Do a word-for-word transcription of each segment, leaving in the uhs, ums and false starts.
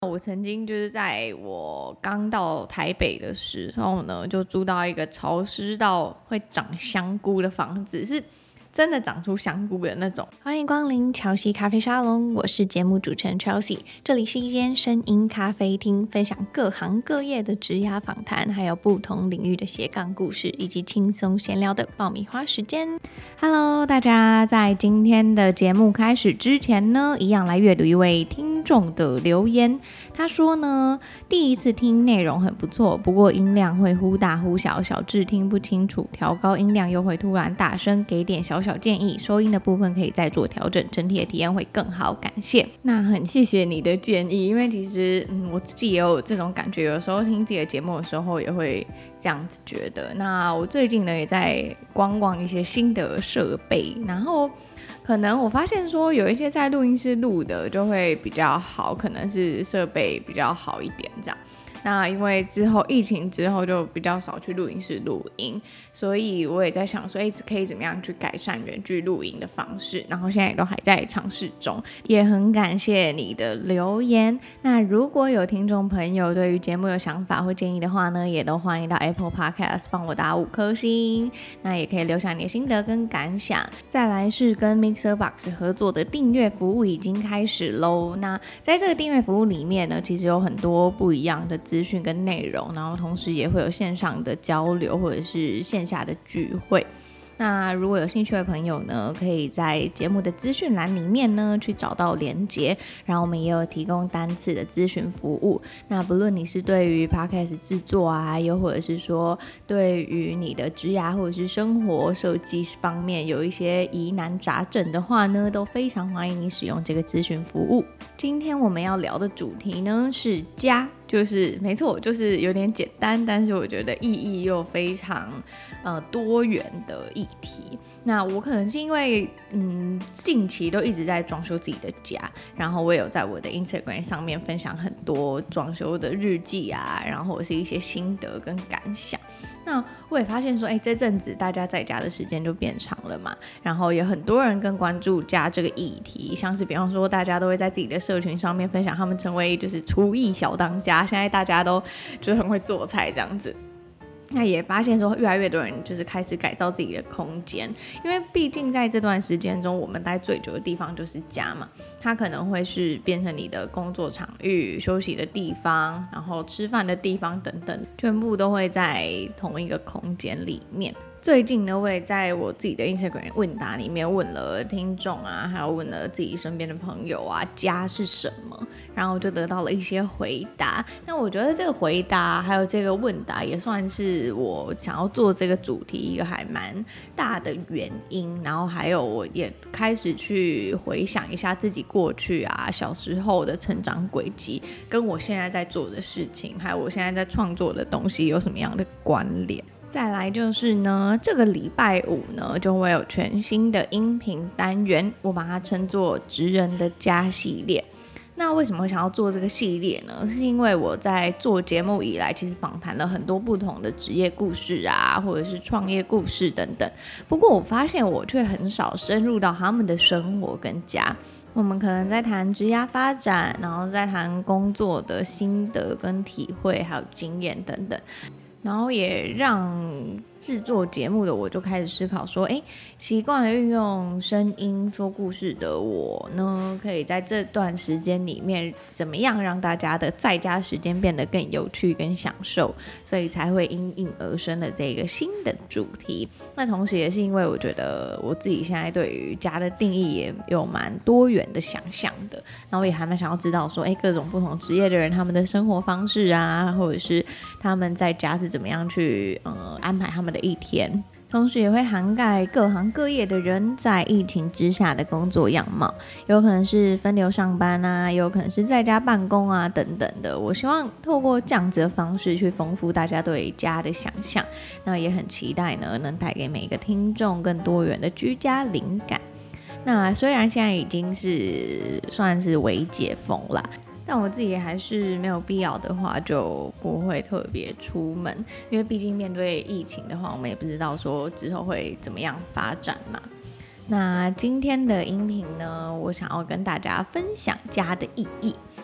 我曾经就是在我刚到台北的时候呢，就住到一个潮湿到会长香菇的房子，是真的长出香菇的那种。 欢迎光临乔西咖啡沙龙，我是节目主持人 Chelsea， 这里是一间声音咖啡厅，分享各行各业的职涯访谈，还有不同领域的斜杠故事，以及轻松闲聊的爆米花时间。 Hello， 大家，在今天的节目开始之前呢，一样来阅读一位听众的留言。他说呢，第一次听内容很不错，不过音量会忽大忽小，小致听不清楚，调高音量又会突然大声，给点小小建议，收音的部分可以再做调整，整体的体验会更好，感谢。那很谢谢你的建议，因为其实嗯，我自己也有这种感觉，有时候听自己的节目的时候也会这样子觉得。那我最近呢也在观望一些新的设备，然后可能我发现说有一些在录音室录的就会比较好，可能是设备比较好一点这样。那因为之后疫情之后就比较少去录音室录音，所以我也在想说，哎，可以怎么样去改善远距录音的方式，然后现在也都还在尝试中。也很感谢你的留言。那如果有听众朋友对于节目有想法或建议的话呢，也都欢迎到 Apple Podcast 帮我打五颗星，那也可以留下你的心得跟感想。再来是跟 MixerBox 合作的订阅服务已经开始咯。那在这个订阅服务里面呢，其实有很多不一样的资讯跟内容，然后同时也会有线上的交流或者是线下的聚会。那如果有兴趣的朋友呢，可以在节目的资讯栏里面呢去找到连结，然后我们也有提供单次的咨询服务。那不论你是对于 Podcast 制作啊，又或者是说对于你的职涯或者是生活设计方面有一些疑难杂症的话呢，都非常欢迎你使用这个咨询服务。今天我们要聊的主题呢是家，就是没错，就是有点简单，但是我觉得意义又非常呃多元的议题。那我可能是因为嗯近期都一直在装修自己的家，然后我有在我的 Instagram 上面分享很多装修的日记啊，然后或者是一些心得跟感想。那我也发现说，哎，这阵子大家在家的时间就变长了嘛，然后有很多人更关注家这个议题，像是比方说大家都会在自己的社群上面分享他们成为就是厨艺小当家，现在大家都就是很会做菜这样子。那也发现说越来越多人就是开始改造自己的空间，因为毕竟在这段时间中我们待最久的地方就是家嘛，它可能会是变成你的工作场域、休息的地方，然后吃饭的地方等等，全部都会在同一个空间里面。最近呢，我也在我自己的 Instagram 问答里面问了听众啊，还有问了自己身边的朋友啊，家是什么？然后就得到了一些回答。那我觉得这个回答还有这个问答也算是我想要做这个主题一个还蛮大的原因。然后还有我也开始去回想一下自己过去啊小时候的成长轨迹，跟我现在在做的事情，还有我现在在创作的东西有什么样的关联。再来就是呢，这个礼拜五呢就会有全新的音频单元，我把它称作职人的家系列。那为什么会想要做这个系列呢？是因为我在做节目以来，其实访谈了很多不同的职业故事啊，或者是创业故事等等。不过我发现我却很少深入到他们的生活跟家。我们可能在谈职业发展，然后在谈工作的心得跟体会，还有经验等等。然后也让制作节目的我就开始思考说，哎，习惯运用声音说故事的我呢，可以在这段时间里面怎么样让大家的在家时间变得更有趣跟享受，所以才会因应而生的这个新的主题。那同时也是因为我觉得我自己现在对于家的定义也有蛮多元的想象的，然后也还蛮想要知道说，哎，各种不同职业的人他们的生活方式啊，或者是他们在家是怎么样去呃安排他们的一天，同时也会涵盖各行各业的人在疫情之下的工作样貌，有可能是分流上班啊，有可能是在家办公啊等等的。我希望透过这样子的方式去丰富大家对家的想象，那也很期待呢能带给每个听众更多元的居家灵感。那虽然现在已经是算是微解封啦，但我自己还是没有必要的话就不会特别出门，因为毕竟面对疫情的话，我们也不知道说之后会怎么样发展嘛。那今天的音频呢，我想要跟大家分享家的意义。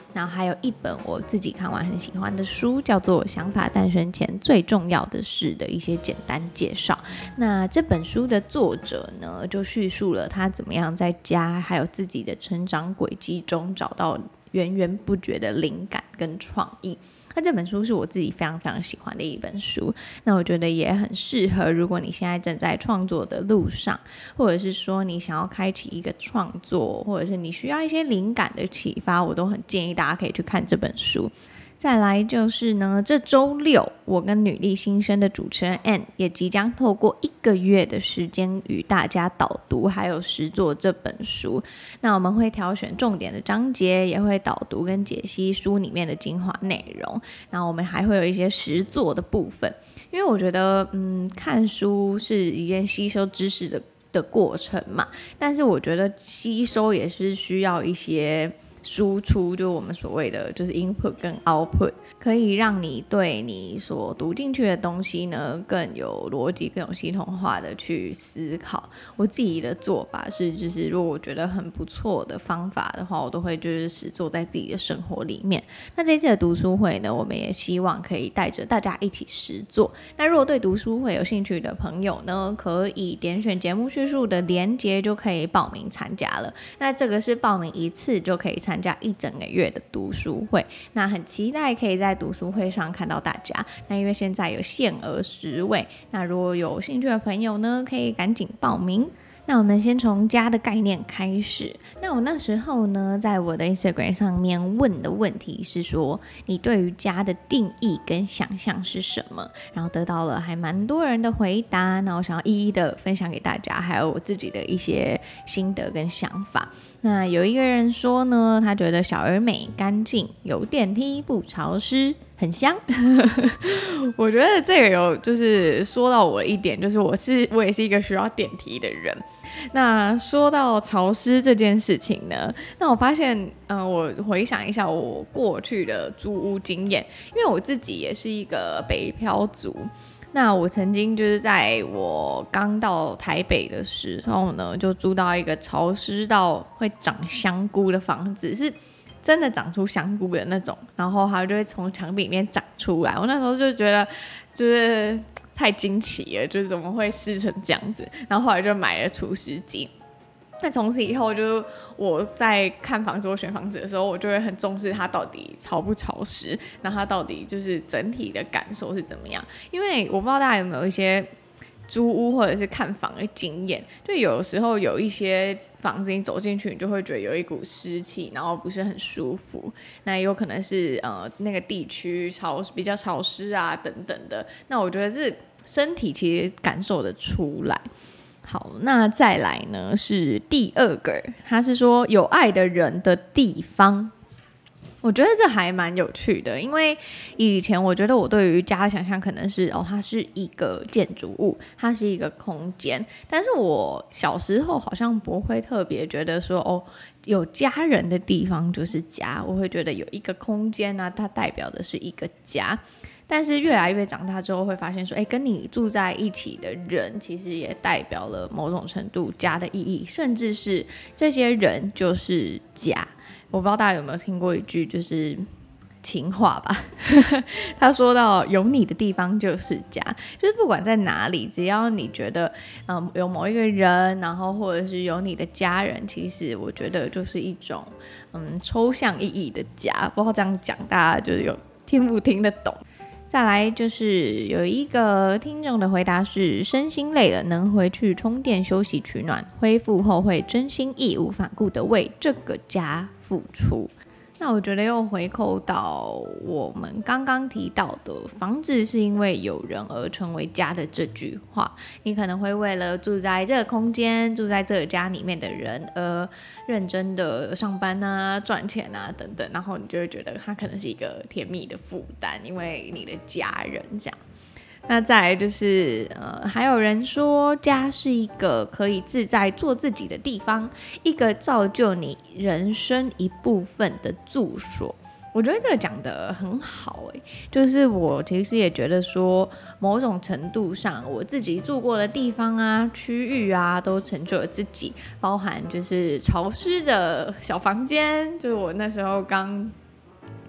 然后还有一本我自己看完很喜欢的书，叫做《想法诞生前最重要的事》的一些简单介绍。那这本书的作者呢，就叙述了他怎么样在家还有自己的成长轨迹中找到源源不绝的灵感跟创意。那这本书是我自己非常非常喜欢的一本书，那我觉得也很适合如果你现在正在创作的路上，或者是说你想要开启一个创作，或者是你需要一些灵感的启发，我都很建议大家可以去看这本书。再来就是呢，这周六我跟女力新生的主持人 Ann 也即将透过一个月的时间与大家导读还有实作这本书。那我们会挑选重点的章节，也会导读跟解析书里面的精华内容。那我们还会有一些实作的部分，因为我觉得嗯，看书是一件吸收知识的的过程嘛，但是我觉得吸收也是需要一些输出，就我们所谓的就是 input 跟 output， 可以让你对你所读进去的东西呢更有逻辑更有系统化的去思考。我自己的做法是，就是如果我觉得很不错的方法的话，我都会就是实做在自己的生活里面。那这一次的读书会呢，我们也希望可以带着大家一起实做。那如果对读书会有兴趣的朋友呢，可以点选节目叙述的连结就可以报名参加了。那这个是报名一次就可以参加参加一整个月的读书会，那很期待可以在读书会上看到大家。那因为现在有限额十位，那如果有兴趣的朋友呢，可以赶紧报名。那我们先从家的概念开始。那我那时候呢，在我的 Instagram 上面问的问题是说，你对于家的定义跟想象是什么？然后得到了还蛮多人的回答，那我想要一一的分享给大家，还有我自己的一些心得跟想法。那有一个人说呢，他觉得小而美、干净、有电梯、不潮湿、很香。我觉得这个有就是说到我的一点，就是我是我也是一个需要电梯的人。那说到潮湿这件事情呢，那我发现，呃，我回想一下我过去的租屋经验，因为我自己也是一个北漂族。那我曾经就是在我刚到台北的时候呢，就租到一个潮湿到会长香菇的房子，是真的长出香菇的那种，然后它就会从墙壁里面长出来。我那时候就觉得就是太惊奇了，就是怎么会湿成这样子，然后后来就买了除湿机。那从此以后，就我在看房子或选房子的时候，我就会很重视它到底潮不潮湿，然后它到底就是整体的感受是怎么样。因为我不知道大家有没有一些租屋或者是看房的经验，就有时候有一些房子你走进去，你就会觉得有一股湿气，然后不是很舒服。那也有可能是呃那个地区潮比较潮湿啊等等的。那我觉得是身体其实感受得出来。好，那再来呢是第二个，他是说有爱的人的地方。我觉得这还蛮有趣的，因为以前我觉得我对于家的想象可能是哦，它是一个建筑物，它是一个空间，但是我小时候好像不会特别觉得说哦，有家人的地方就是家，我会觉得有一个空间啊，它代表的是一个家。但是越来越长大之后会发现说，哎，跟你住在一起的人其实也代表了某种程度家的意义，甚至是这些人就是家。我不知道大家有没有听过一句就是情话吧他说到有你的地方就是家，就是不管在哪里，只要你觉得、嗯、有某一个人，然后或者是有你的家人，其实我觉得就是一种、嗯、抽象意义的家。不知道这样讲大家就是有听不听得懂。再来就是有一个听众的回答是，身心累了能回去充电休息取暖，恢复后会真心义无反顾的为这个家付出。那我觉得又回扣到我们刚刚提到的房子是因为有人而成为家的这句话，你可能会为了住在这个空间住在这个家里面的人而认真的上班啊赚钱啊等等，然后你就会觉得它可能是一个甜蜜的负担，因为你的家人这样。那再来就是呃，还有人说家是一个可以自在做自己的地方，一个造就你人生一部分的住所。我觉得这个讲得很好耶，就是我其实也觉得说某种程度上我自己住过的地方啊区域啊都成就了自己，包含就是潮湿的小房间，就是我那时候刚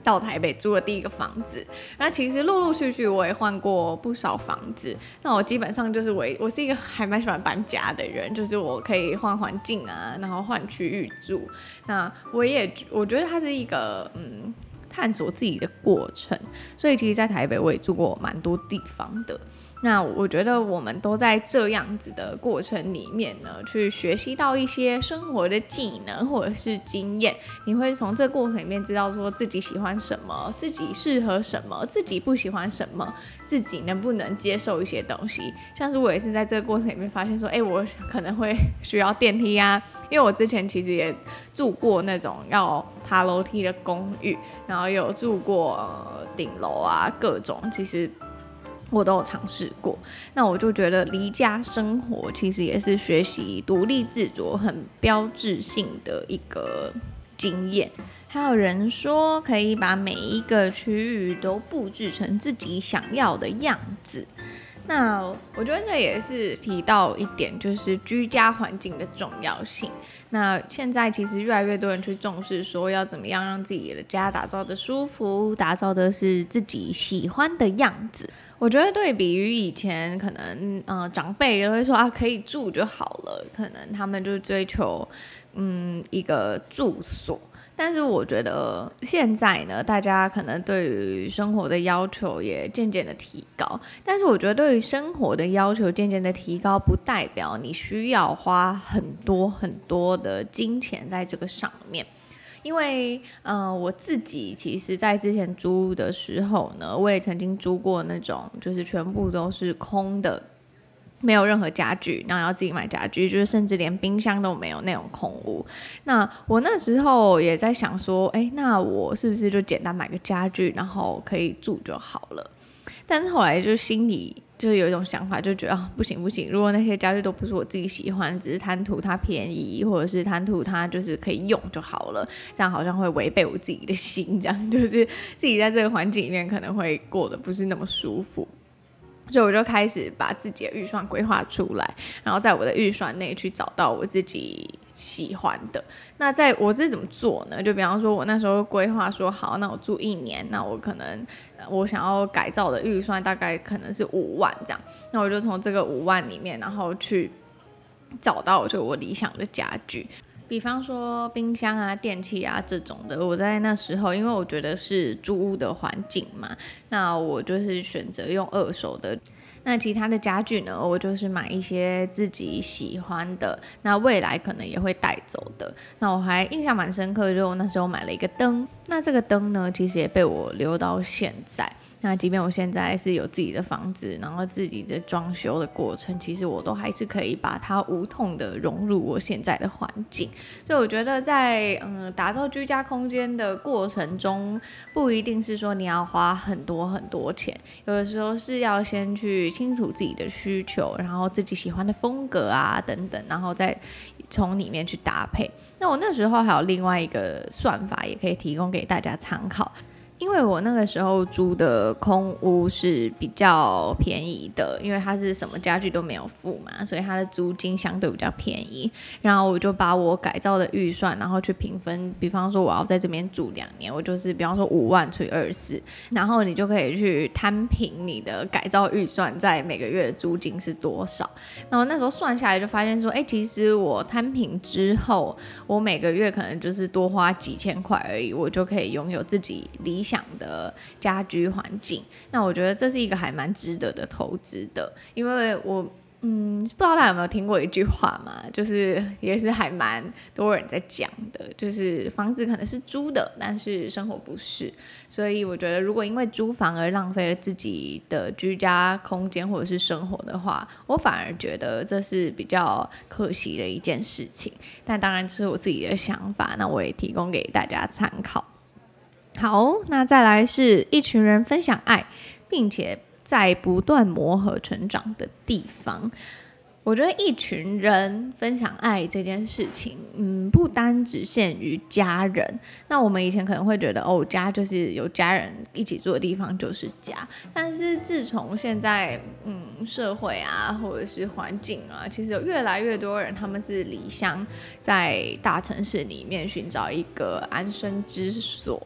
到台北租了第一个房子。那其实陆陆续续我也换过不少房子，那我基本上就是我我是一个还蛮喜欢搬家的人，就是我可以换环境啊，然后换区域住。那我也我觉得它是一个嗯探索自己的过程，所以其实在台北我也住过蛮多地方的。那我觉得我们都在这样子的过程里面呢，去学习到一些生活的技能或者是经验。你会从这个过程里面知道说自己喜欢什么，自己适合什么，自己不喜欢什么，自己能不能接受一些东西。像是我也是在这个过程里面发现说，哎，我可能会需要电梯啊，因为我之前其实也住过那种要爬楼梯的公寓，然后有住过呃顶楼啊，各种其实我都有尝试过。那我就觉得离家生活其实也是学习独立自主很标志性的一个经验。还有人说可以把每一个区域都布置成自己想要的样子。那我觉得这也是提到一点，就是居家环境的重要性。那现在其实越来越多人去重视说要怎么样让自己的家打造的舒服，打造的是自己喜欢的样子。我觉得对比于以前可能呃长辈都会说啊可以住就好了，可能他们就追求嗯一个住所。但是我觉得现在呢，大家可能对于生活的要求也渐渐的提高，但是我觉得对于生活的要求渐渐的提高，不代表你需要花很多很多的金钱在这个上面。因为呃，我自己其实在之前租的时候呢，我也曾经租过那种就是全部都是空的，没有任何家具，然后要自己买家具，就是甚至连冰箱都没有那种空屋。那我那时候也在想说，哎，那我是不是就简单买个家具，然后可以住就好了？但是后来就心里就是有一种想法，就觉得、啊、不行不行，如果那些家具都不是我自己喜欢，只是贪图它便宜，或者是贪图它就是可以用就好了，这样好像会违背我自己的心，这样就是自己在这个环境里面可能会过得不是那么舒服。所以我就开始把自己的预算规划出来，然后在我的预算内去找到我自己喜欢的。那在我是怎么做呢？就比方说我那时候规划说好，那我住一年，那我可能我想要改造的预算大概可能是五万这样，那我就从这个五万里面然后去找到就我理想的家具，比方说冰箱啊、电器啊这种的。我在那时候因为我觉得是租屋的环境嘛，那我就是选择用二手的。那其他的家具呢，我就是买一些自己喜欢的，那未来可能也会带走的。那我还印象蛮深刻的，就是我那时候买了一个灯，那这个灯呢其实也被我留到现在。那即便我现在是有自己的房子，然后自己的装修的过程，其实我都还是可以把它无痛的融入我现在的环境。所以我觉得在嗯打造居家空间的过程中，不一定是说你要花很多很多钱，有的时候是要先去清楚自己的需求，然后自己喜欢的风格啊等等，然后再从里面去搭配。那我那时候还有另外一个算法也可以提供给大家参考。因为我那个时候租的空屋是比较便宜的，因为它是什么家具都没有付嘛，所以它的租金相对比较便宜。然后我就把我改造的预算，然后去平分，比方说我要在这边住两年，我就是比方说五万除以二十四，然后你就可以去摊平你的改造预算在每个月的租金是多少。然后那时候算下来就发现说，哎，其实我摊平之后，我每个月可能就是多花几千块而已，我就可以拥有自己理想的家居环境。那我觉得这是一个还蛮值得的投资的，因为我嗯，不知道大家有没有听过一句话嘛，就是也是还蛮多人在讲的，就是房子可能是租的，但是生活不是。所以我觉得如果因为租房而浪费了自己的居家空间或者是生活的话，我反而觉得这是比较可惜的一件事情。但当然这是我自己的想法，那我也提供给大家参考。好，那再来是一群人分享爱，并且在不断磨合成长的地方。我觉得一群人分享爱这件事情，嗯，不单只限于家人。那我们以前可能会觉得，哦，家就是有家人一起住的地方就是家。但是自从现在，嗯，社会啊，或者是环境啊，其实有越来越多人他们是离乡，在大城市里面寻找一个安身之所。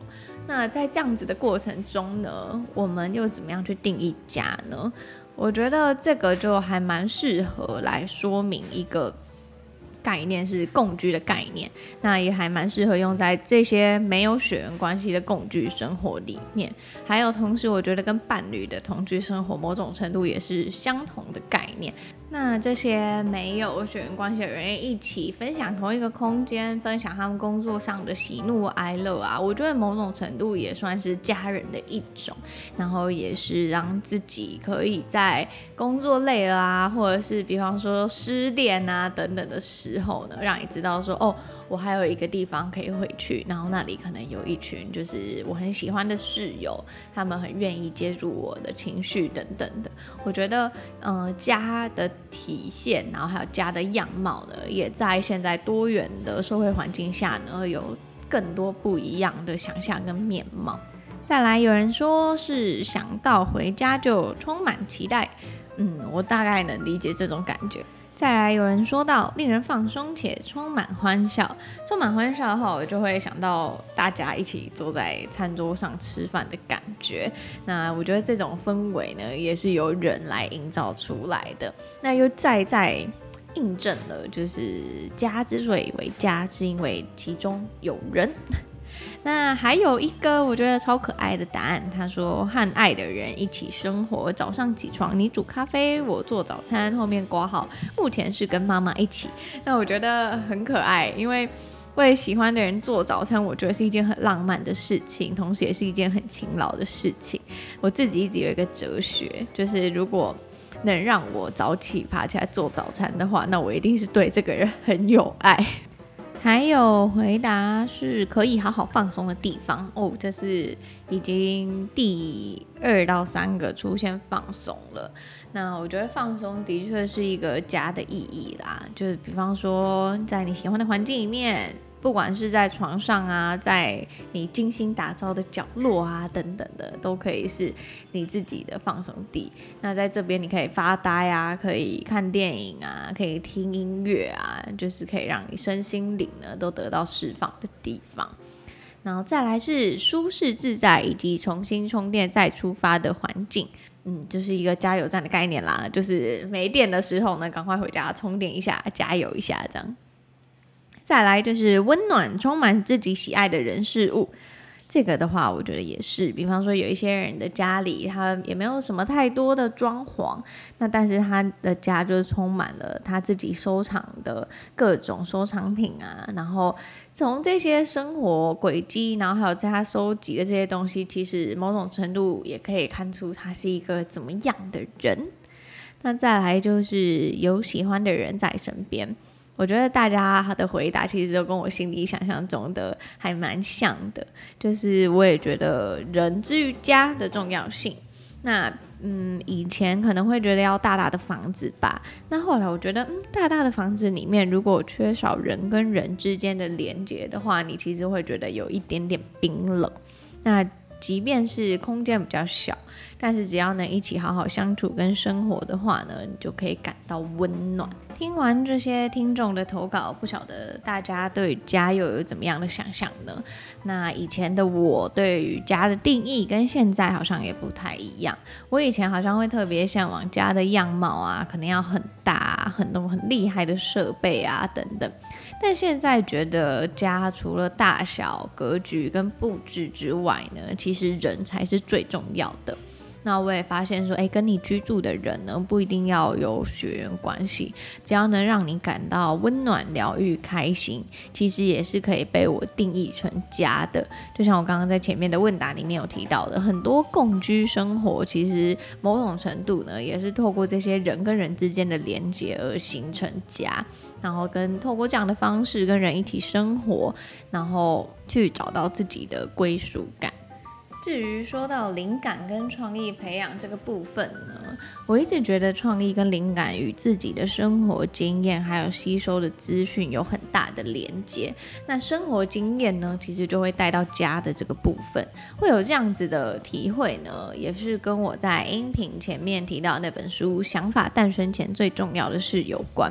那在这样子的过程中呢，我们又怎么样去定义家呢？我觉得这个就还蛮适合来说明一个概念，是共居的概念，那也还蛮适合用在这些没有血缘关系的共居生活里面。还有同时我觉得跟伴侣的同居生活某种程度也是相同的概念。那这些没有血缘关系的人一起分享同一个空间，分享他们工作上的喜怒哀乐啊，我觉得某种程度也算是家人的一种，然后也是让自己可以在工作累了啊，或者是比方说失恋啊等等的时候呢，让你知道说哦，我还有一个地方可以回去，然后那里可能有一群就是我很喜欢的室友，他们很愿意接住我的情绪等等的。我觉得呃家的体现，然后还有家的样貌呢，也在现在多元的社会环境下呢，有更多不一样的想象跟面貌。再来，有人说是想到回家就充满期待，嗯，我大概能理解这种感觉。再来，有人说到令人放松且充满欢笑，充满欢笑的话，我就会想到大家一起坐在餐桌上吃饭的感觉。那我觉得这种氛围呢，也是由人来营造出来的。那又再再印证了，就是家之所以为家，是因为其中有人。那还有一个我觉得超可爱的答案，他说和爱的人一起生活，早上起床你煮咖啡，我做早餐，后面括号目前是跟妈妈一起。那我觉得很可爱，因为为喜欢的人做早餐，我觉得是一件很浪漫的事情，同时也是一件很勤劳的事情。我自己一直有一个哲学，就是如果能让我早起爬起来做早餐的话，那我一定是对这个人很有爱。还有回答是可以好好放松的地方哦，这是已经第二到三个出现放松了。那我觉得放松的确是一个家的意义啦，就是比方说在你喜欢的环境里面，不管是在床上啊，在你精心打造的角落啊等等的，都可以是你自己的放松地。那在这边你可以发呆啊，可以看电影啊，可以听音乐啊，就是可以让你身心灵呢都得到释放的地方。然后再来是舒适自在以及重新充电再出发的环境，嗯，就是一个加油站的概念啦，就是没电的时候呢，赶快回家充电一下，加油一下这样。再来就是温暖，充满自己喜爱的人事物。这个的话，我觉得也是，比方说有一些人的家里，他也没有什么太多的装潢，那但是他的家就是充满了他自己收藏的各种收藏品啊，然后从这些生活轨迹，然后还有在他收集的这些东西，其实某种程度也可以看出他是一个怎么样的人。那再来就是有喜欢的人在身边。我觉得大家的回答其实都跟我心里想象中的还蛮像的，就是我也觉得人之于家的重要性。那嗯，以前可能会觉得要大大的房子吧，那后来我觉得，嗯，大大的房子里面如果缺少人跟人之间的连接的话，你其实会觉得有一点点冰冷。那即便是空间比较小，但是只要能一起好好相处跟生活的话呢，你就可以感到温暖。听完这些听众的投稿，不晓得大家对于家又有怎么样的想象呢？那以前的我对于家的定义跟现在好像也不太一样。我以前好像会特别向往家的样貌啊，可能要很大，很多很厉害的设备啊等等。但现在觉得家除了大小、格局跟布置之外呢，其实人才是最重要的。那我也发现说，哎，跟你居住的人呢，不一定要有血缘关系，只要能让你感到温暖、疗愈、开心，其实也是可以被我定义成家的。就像我刚刚在前面的问答里面有提到的，很多共居生活，其实某种程度呢，也是透过这些人跟人之间的连结而形成家，然后跟透过这样的方式跟人一起生活，然后去找到自己的归属感。至于说到灵感跟创意培养这个部分呢，我一直觉得创意跟灵感与自己的生活经验还有吸收的资讯有很大的连接。那生活经验呢，其实就会带到家的这个部分，会有这样子的体会呢，也是跟我在音频前面提到那本书《想法诞生前最重要的事》有关。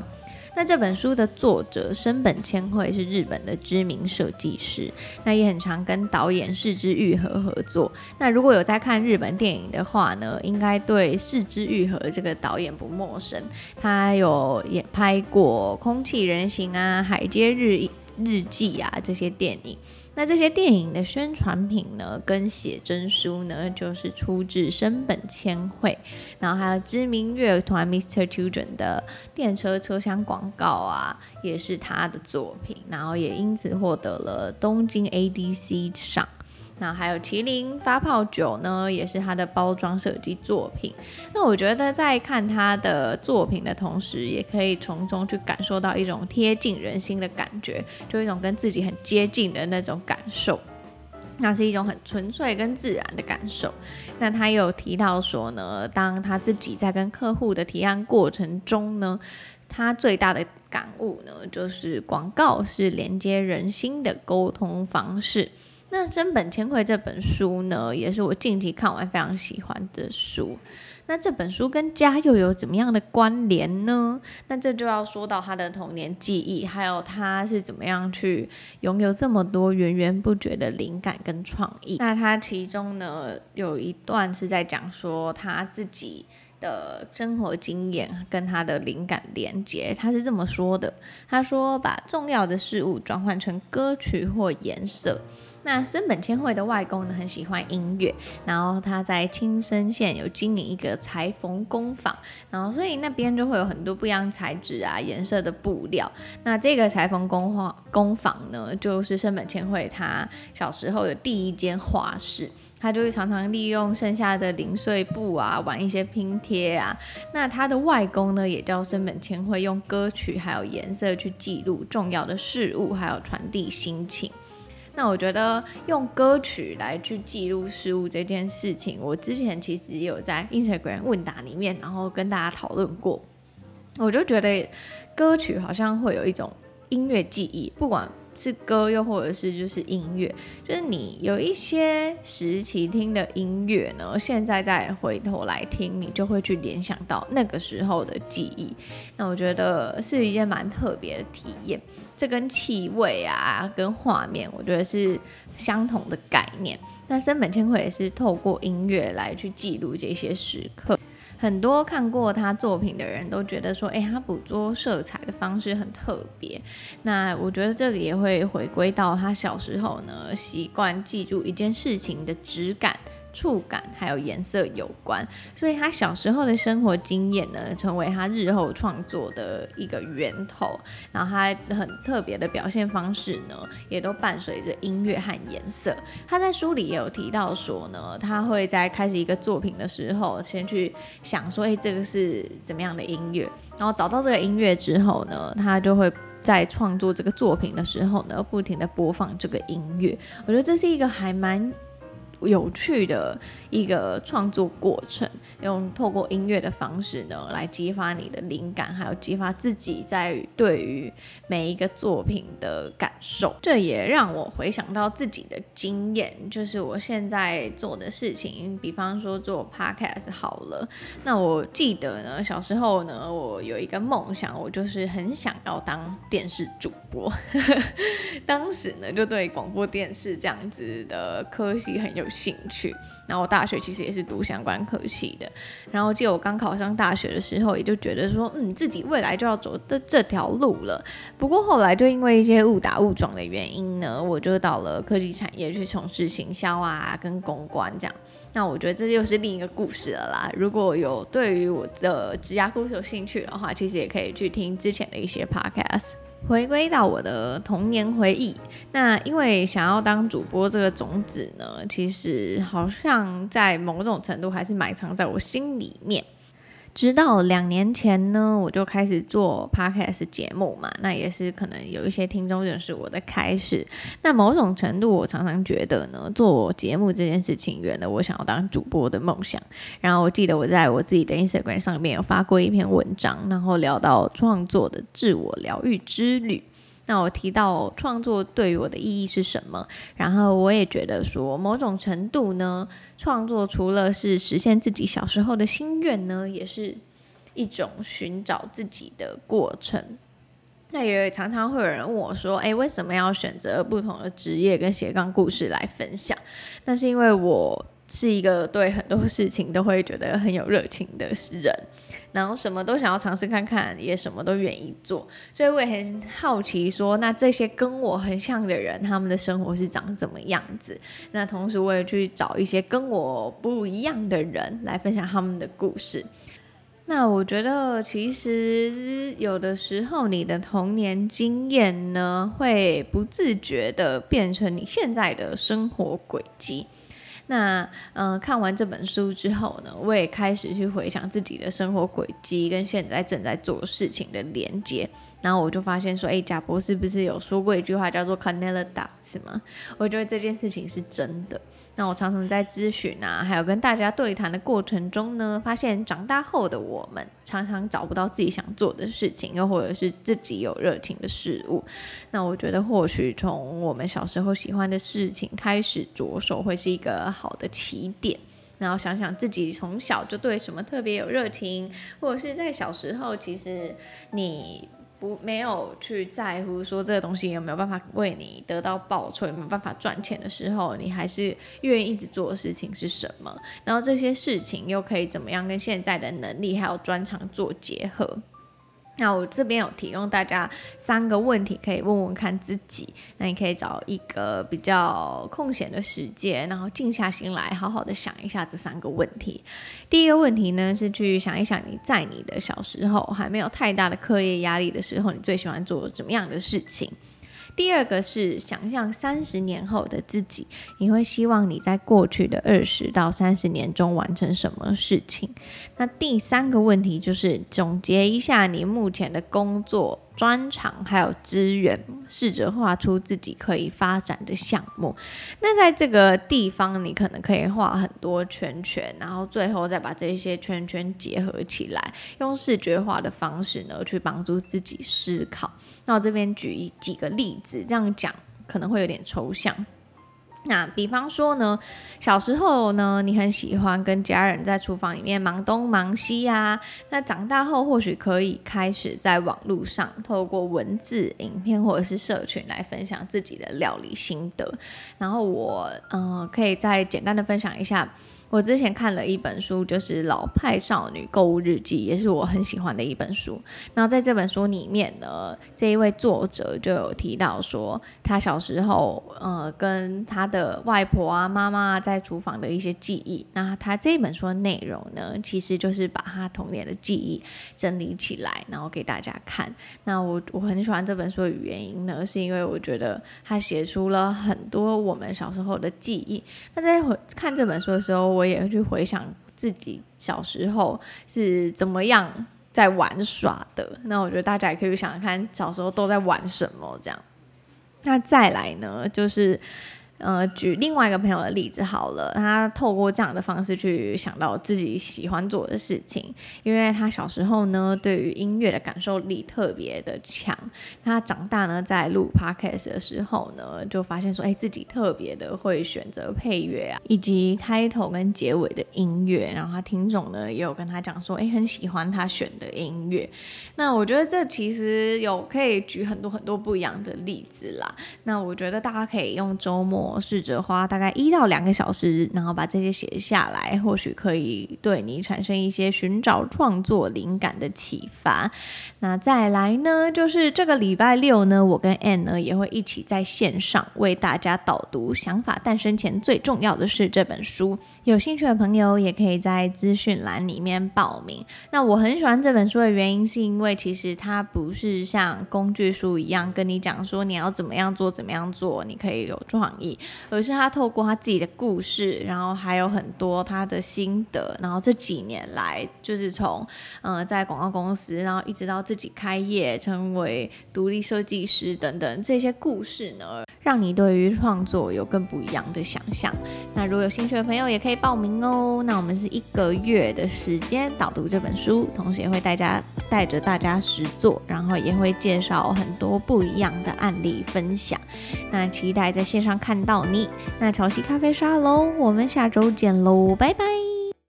那这本书的作者深本千惠是日本的知名设计师，那也很常跟导演是枝裕和合作。那如果有在看日本电影的话呢，应该对是枝裕和这个导演不陌生，他有也拍过《空气人形》啊、《海街日日记》啊这些电影。那这些电影的宣传品呢，跟写真书呢，就是出自深本千惠，然后还有知名乐团 Mister Children 的电车车厢广告啊，也是他的作品，然后也因此获得了东京 A D C 赏。那还有麒麟发泡酒呢，也是他的包装设计作品。那我觉得在看他的作品的同时，也可以从中去感受到一种贴近人心的感觉，就一种跟自己很接近的那种感受。那是一种很纯粹跟自然的感受。那他有提到说呢，当他自己在跟客户的提案过程中呢，他最大的感悟呢，就是广告是连接人心的沟通方式。那深本千惠这本书呢，也是我近期看完非常喜欢的书。那这本书跟家又有怎么样的关联呢？那这就要说到他的童年记忆，还有他是怎么样去拥有这么多源源不绝的灵感跟创意。那他其中呢，有一段是在讲说他自己的生活经验跟他的灵感连接。他是这么说的，他说把重要的事物转换成歌曲或颜色。那深本千惠的外公呢，很喜欢音乐，然后他在青森县有经营一个裁缝工坊，然后所以那边就会有很多不一样材质啊、颜色的布料。那这个裁缝工工坊呢，就是深本千惠他小时候的第一间画室。他就会常常利用剩下的零碎布啊，玩一些拼贴啊。那他的外公呢，也叫深本千惠，用歌曲还有颜色去记录重要的事物，还有传递心情。那我觉得用歌曲来去记录事物这件事情，我之前其实也有在 Instagram 问答里面，然后跟大家讨论过。我就觉得歌曲好像会有一种音乐记忆，不管是歌又或者是就是音乐，就是你有一些时期听的音乐呢，现在再回头来听，你就会去联想到那个时候的记忆。那我觉得是一件蛮特别的体验。这跟气味啊跟画面我觉得是相同的概念。那深本千惠也是透过音乐来去记录这些时刻。很多看过他作品的人都觉得说，哎，他捕捉色彩的方式很特别。那我觉得这个也会回归到他小时候呢，习惯记住一件事情的质感、触感还有颜色有关，所以他小时候的生活经验呢，成为他日后创作的一个源头。然后他很特别的表现方式呢，也都伴随着音乐和颜色。他在书里也有提到说呢，他会在开始一个作品的时候，先去想说，哎，这个是怎么样的音乐，然后找到这个音乐之后呢，他就会在创作这个作品的时候呢，不停的播放这个音乐。我觉得这是一个还蛮有趣的一个创作过程，用透过音乐的方式呢，来激发你的灵感，还有激发自己在对于每一个作品的感受。这也让我回想到自己的经验，就是我现在做的事情，比方说做 podcast 好了。那我记得呢，小时候呢，我有一个梦想，我就是很想要当电视主播。当时呢，就对广播电视这样子的科系很有兴趣。然后我大学其实也是读相关科系的。然后我记得我刚考上大学的时候，也就觉得说，嗯，自己未来就要走的这条路了。不过后来就因为一些误打误撞的原因呢，我就到了科技产业去从事行销啊，跟公关这样。那我觉得这又是另一个故事了啦。如果有对于我的职涯故事有兴趣的话，其实也可以去听之前的一些 podcast。回归到我的童年回忆，那因为想要当主播这个种子呢，其实好像在某种程度还是埋藏在我心里面。直到两年前呢，我就开始做 podcast 节目嘛，那也是可能有一些听众认识我的开始。那某种程度，我常常觉得呢，做节目这件事情圆了我想要当主播的梦想。然后我记得我在我自己的 Instagram 上面有发过一篇文章，然后聊到创作的自我疗愈之旅。那我提到创作对于我的意义是什么，然后我也觉得说某种程度呢，创作除了是实现自己小时候的心愿呢，也是一种寻找自己的过程。 那也常常会有人问我说，哎，为什么要选择不同的职业跟斜杠故事来分享？那是因为我是一个对很多事情都会觉得很有热情的人，然后什么都想要尝试看看，也什么都愿意做，所以我也很好奇说，那这些跟我很像的人，他们的生活是长怎么样子？那同时我也去找一些跟我不一样的人来分享他们的故事。那我觉得其实有的时候你的童年经验呢，会不自觉的变成你现在的生活轨迹。那呃，看完这本书之后呢，我也开始去回想自己的生活轨迹跟现在正在做事情的连接，然后我就发现说，哎，贾博士不是有说过一句话叫做 connect the dots 吗？我觉得这件事情是真的。那我常常在咨询啊，还有跟大家对谈的过程中呢，发现长大后的我们常常找不到自己想做的事情，又或者是自己有热情的事物。那我觉得或许从我们小时候喜欢的事情开始着手，会是一个好的起点。然后想想自己从小就对什么特别有热情，或者是在小时候其实你不没有去在乎说这个东西有没有办法为你得到报酬，有没有办法赚钱的时候，你还是愿意一直做的事情是什么？然后这些事情又可以怎么样跟现在的能力还有专长做结合？那我这边有提供大家三个问题可以问问看自己，那你可以找一个比较空闲的时间，然后静下心来好好的想一下这三个问题。第一个问题呢，是去想一想你在你的小时候还没有太大的课业压力的时候，你最喜欢做怎么样的事情。第二个是想象三十年后的自己，你会希望你在过去的二十到三十年中完成什么事情？那第三个问题就是总结一下你目前的工作专长还有资源，试着画出自己可以发展的项目。那在这个地方你可能可以画很多圈圈，然后最后再把这些圈圈结合起来，用视觉化的方式呢去帮助自己思考。那我这边举几个例子，这样讲可能会有点抽象。那比方说呢，小时候呢，你很喜欢跟家人在厨房里面忙东忙西啊。那长大后或许可以开始在网络上透过文字、影片或者是社群来分享自己的料理心得。然后我呃可以再简单的分享一下。我之前看了一本书，就是《老派少女购物日记》，也是我很喜欢的一本书。然后在这本书里面呢，这一位作者就有提到说，他小时候呃跟他的外婆啊、妈妈在厨房的一些记忆。那他这一本书的内容呢，其实就是把他童年的记忆整理起来，然后给大家看。那我我很喜欢这本书的原因呢，是因为我觉得他写出了很多我们小时候的记忆。那在看这本书的时候，我我也会去回想自己小时候是怎么样在玩耍的。那我觉得大家也可以想想看小时候都在玩什么这样。那再来呢，就是呃，举另外一个朋友的例子好了，他透过这样的方式去想到自己喜欢做的事情，因为他小时候呢，对于音乐的感受力特别的强。他长大呢，在录 podcast 的时候呢，就发现说，哎，自己特别的会选择配乐啊，以及开头跟结尾的音乐。然后他听众呢，也有跟他讲说，哎，很喜欢他选的音乐。那我觉得这其实有可以举很多很多不一样的例子啦。那我觉得大家可以用周末试着花大概一到两个小时，然后把这些写下来，或许可以对你产生一些寻找创作灵感的启发。那再来呢，就是这个礼拜六呢，我跟 Anne 呢也会一起在线上为大家导读《想法诞生前最重要的是》这本书。有兴趣的朋友也可以在资讯栏里面报名。那我很喜欢这本书的原因，是因为其实它不是像工具书一样跟你讲说你要怎么样做怎么样做，你可以有创意，而是他透过他自己的故事，然后还有很多他的心得，然后这几年来就是从呃在广告公司，然后一直到自己开业成为独立设计师等等，这些故事呢让你对于创作有更不一样的想象。那如果有兴趣的朋友也可以报名哦。那我们是一个月的时间导读这本书，同时也会带家带着大家实作，然后也会介绍很多不一样的案例分享。那期待在线上看到你。那乔西咖啡沙龙，我们下周见喽，拜拜。